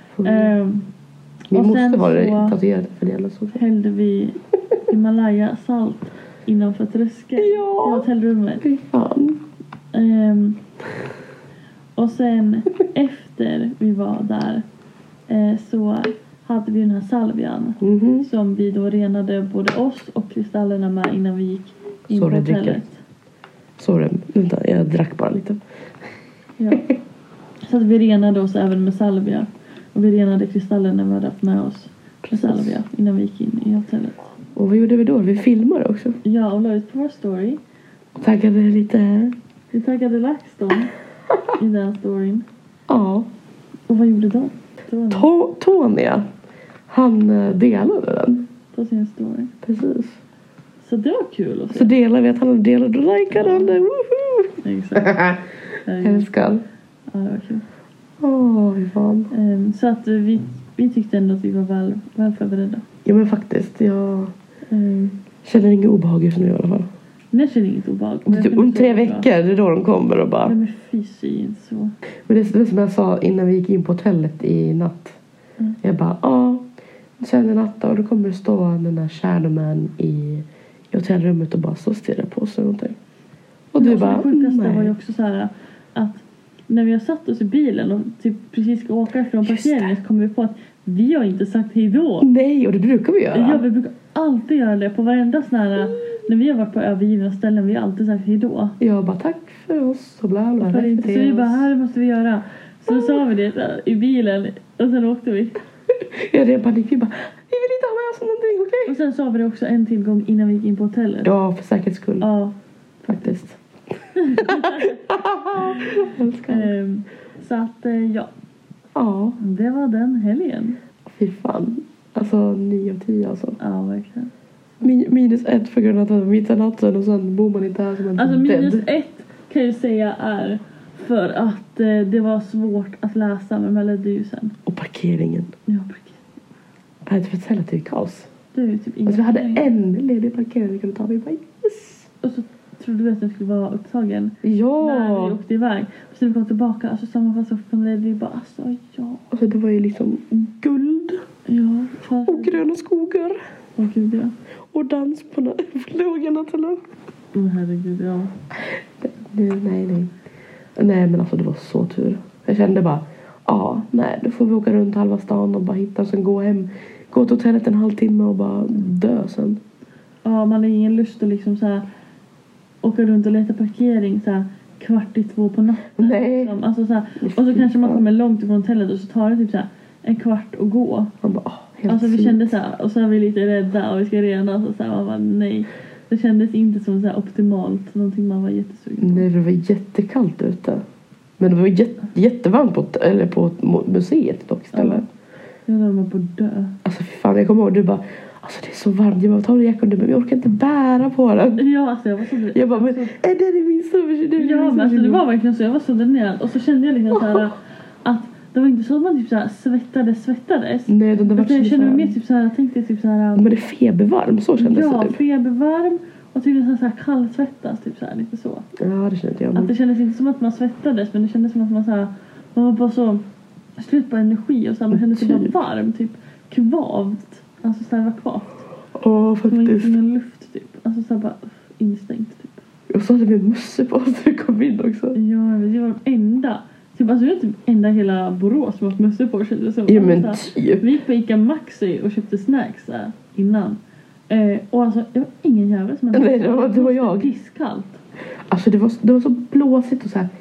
Vi och måste sen vara så tatuerade för det eller så. hällde vi Himalaya salt innanför tröskeln i hotellrummet. Fy fan. Och sen efter vi var där så hade vi den här salvian som vi då renade både oss och kristallerna med innan vi gick in på hotellet. Sorry, vänta, jag drack bara lite. Ja. Så att vi renade oss även med salvia. Och vi renade kristallerna vi hade haft med oss med salvia innan vi gick in i hotellet. Och vad gjorde vi då? Vi filmade också. Ja, och la ut på vår story. Taggade lite. Vi taggade LaxTon i den storyn. Ja. Och vad gjorde de? Tony, han delade den. På sin story. Precis. Så det var kul att se. Så delade vi att han delade och likade han det. Woho! Exakt. Älskar. Ja, det var kul. Hur fan. Så att vi tyckte ändå att vi var väl förberedda. Ja men faktiskt, jag känner inget obehag just nu i alla fall. Men jag känner inget obehag. Om 3 veckor, det är då de kommer och bara... Ja men fy inte så. Men det är som jag sa innan vi gick in på hotellet i natt. Jag bara, sen i natt och då kommer det stå den där Shadowman i hotellrummet och bara så stirrar på sig någonting. Och du bara, det sjukaste var ju också så här att när vi har satt oss i bilen och typ precis ska åka från parkeringen så kommer vi på att vi har inte sagt hejdå. Nej, och det brukar vi göra. Ja, vi brukar alltid göra det på varenda sån här, när vi har varit på övergivna ställen, vi har alltid sagt hejdå. Jag bara, tack för oss och bla bla. Så vi bara, här måste vi göra. Så sa vi det i bilen och sen åkte vi. Jag hade panik, vi bara, vi vill inte ha med oss någonting, okej? Och sen sa vi det också en tillgång innan vi gick in på hotellet. Ja, för säkerhets skull. Ja. Faktiskt. Så att, ja. Ja. Det var den helgen. Fy fan. Alltså 9 av 10 alltså. Ja, verkligen. -1 för grund av att det var mitt i natten och sen bor man inte här som en alltså dead. -1 kan jag säga är för att det var svårt att läsa med melodiljusen. Och parkeringen. Ja, parkeringen. Jag hade fått säga att det är kaos. Det är ju typ alltså vi hade en ledig parkering vi kunde ta. Vi bara yes. Och så trodde vi att den skulle vara upptagen. Ja. När vi åkte iväg. Och så vi kom tillbaka. Alltså sammanfattade från det. Vi bara alltså ja. Alltså det var ju liksom guld. Ja. Och gröna skogar. Åh gud ja. Och dans på lågorna till dem. Herregud ja. Nej. Nej men alltså det var så tur. Jag kände bara. Nej då får vi åka runt halva stan och bara hitta. Och sen gå hem. Gå till hotellet en halvtimme och bara dö sen. Ja man har ingen lust att liksom så här åka runt och leta parkering så här 1:15 på natten. Nej. Liksom. Alltså, så här, och så kanske man kommer långt ifrån hotellet och så tar det typ så här 1/4 att gå. Man bara, alltså vi kände så här, och så är vi lite rädda och vi ska renas och så här, man bara nej. Det kändes inte som så här optimalt, någonting man var jättesugen på. Nej, det var jättekallt ute. Men det var jättevarmt på museet dock istället. Ja, då var man på dö. Alltså fan, jag kommer ihåg du bara, alltså det är så varmt, jag bara tar jackan men jag orkar inte bära på den. Ja, alltså jag var så... Jag bara, men är det min sover? Ja, men alltså det var verkligen så, jag var så dränerad. Och så kände jag liksom så här att det var inte så att man typ så här svettades. Nej, det var jag kände mig mer typ så här, jag tänkte typ så här. Men det är febervarm, så kändes det. Ja, typ. febervarm och typ så här kallsvettas typ så här lite så. Ja, det kände jag. Att det kändes inte som att man svettades, men det kändes som att man så här, man var bara så slut på energi och så här, man kände sig bara varm, typ kvavt. Alltså så här var kvavt. Faktiskt. Ingen luft typ. Alltså så här bara instängt typ. Och så hade vi mössor på oss när vi kom in också. Ja, men det var de enda. Typ, alltså jag är typ enda hela Borås som har haft mössor på sig. Ja men typ. Vi gick på Ica Maxi och köpte snacks innan. Och alltså det var ingen jävel som hade. Nej, det var jag. Iskallt. Alltså det var så blåsigt och så här.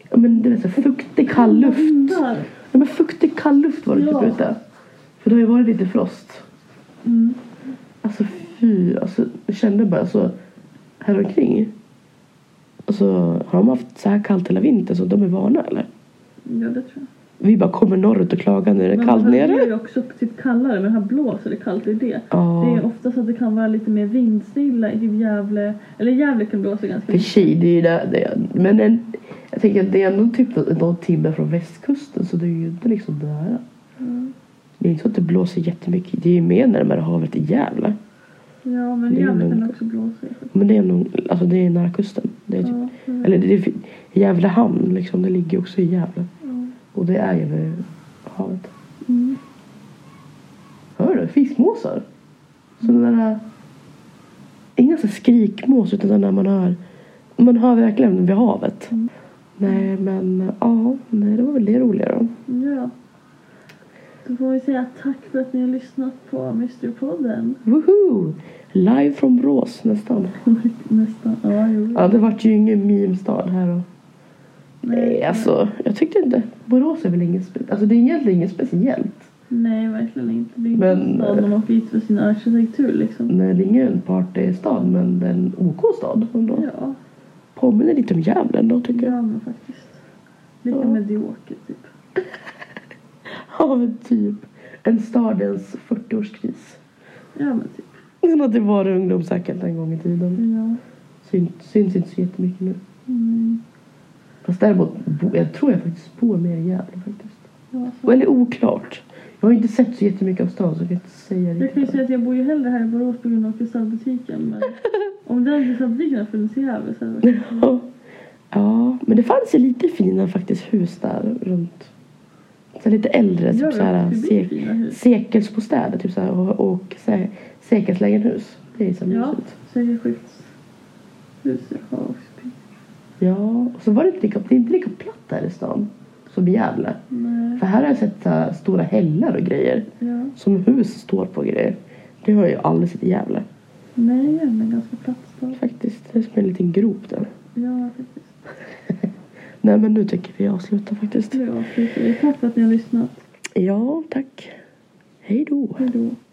Ja, men det är så fuktig kall luft. Ja, men fuktig kall luft var det typ ute. För det har ju varit lite frost. Alltså fy. Alltså, jag kände bara så här omkring. Alltså, har de haft så här kallt hela vintern så de är vana eller? Ja, det tror jag. Vi bara kommer norrut och klagar när det är kallt nere. Det är ju också typ kallare, men här blåser det kallt i det. Det är ofta så att det kan vara lite mer vindstilla i typ Gävle. Eller Gävle kan blåsa ganska mycket. För sig, det är ju det. Men jag tänker att det är ändå typ någon timme från västkusten. Så det är ju inte liksom där. Det är inte så att det blåser jättemycket. Det är ju mer närmare havet i Gävle. Ja, men Gävle kan också blåsa. Men det är nog, alltså det är nära kusten. Det är typ, eller det är Gävle hamn liksom. Det ligger också i Gävle. Och det är ju vid havet. Hör du? Fiskmåsar. Så den där... Inga så skrikmås utan den där man hör verkligen vid havet. Nej, men nej, det var väl det roliga då. Ja. Då får vi säga tack för att ni har lyssnat på Mysterypodden. Woohoo! Live från Borås nästan. Nästan, ja, det vart ju ingen meme-stad här då. Nej, alltså, jag tyckte inte. Borås är väl inget speciellt. Alltså, det är egentligen inget speciellt. Nej, verkligen inte. Det är inte en stad man åker hit för sin arkitektur, liksom. Nej, det är ingen partystad, men det är en OK-stad. Ja. Påminner lite om Gävle då, tycker jag. Ja, men faktiskt. Lite medioker, typ. Ja, men typ. En stadens 40-årskris. Ja, men typ. Men att det var ungdomssäkert en gång i tiden. Ja. Syns inte så jättemycket nu. Fast däremot, jag tror jag faktiskt bor mer i Gävle faktiskt. Ja, eller oklart. Jag har inte sett så jättemycket av stan så jag kan inte säga det. Jag kan ju säga att jag bor ju hellre här i Borås på grund av kristallbutiken. Men om den kristallbutiken har funnits i Gävle så hade det varit ja, men det fanns ju lite fina faktiskt hus där runt. Så lite äldre, typ så här sekelsbostäder typ så här, och sekelslägenhus. Det är som huset. Sekelskiftshus har också. Ja, och så var det inte lika platt där i stan som i Gävle. Nej. För här har jag sett så här, stora hällar och grejer. Ja. Som hus står på grejer. Det har jag ju aldrig sett i Gävle. Nej, Gävle är ganska platt stad. Faktiskt, det är som en liten grop där. Ja, faktiskt. Nej, men nu tycker vi avslutar faktiskt. Ja, tack för att ni har lyssnat. Ja, tack. Hej då. Hej då.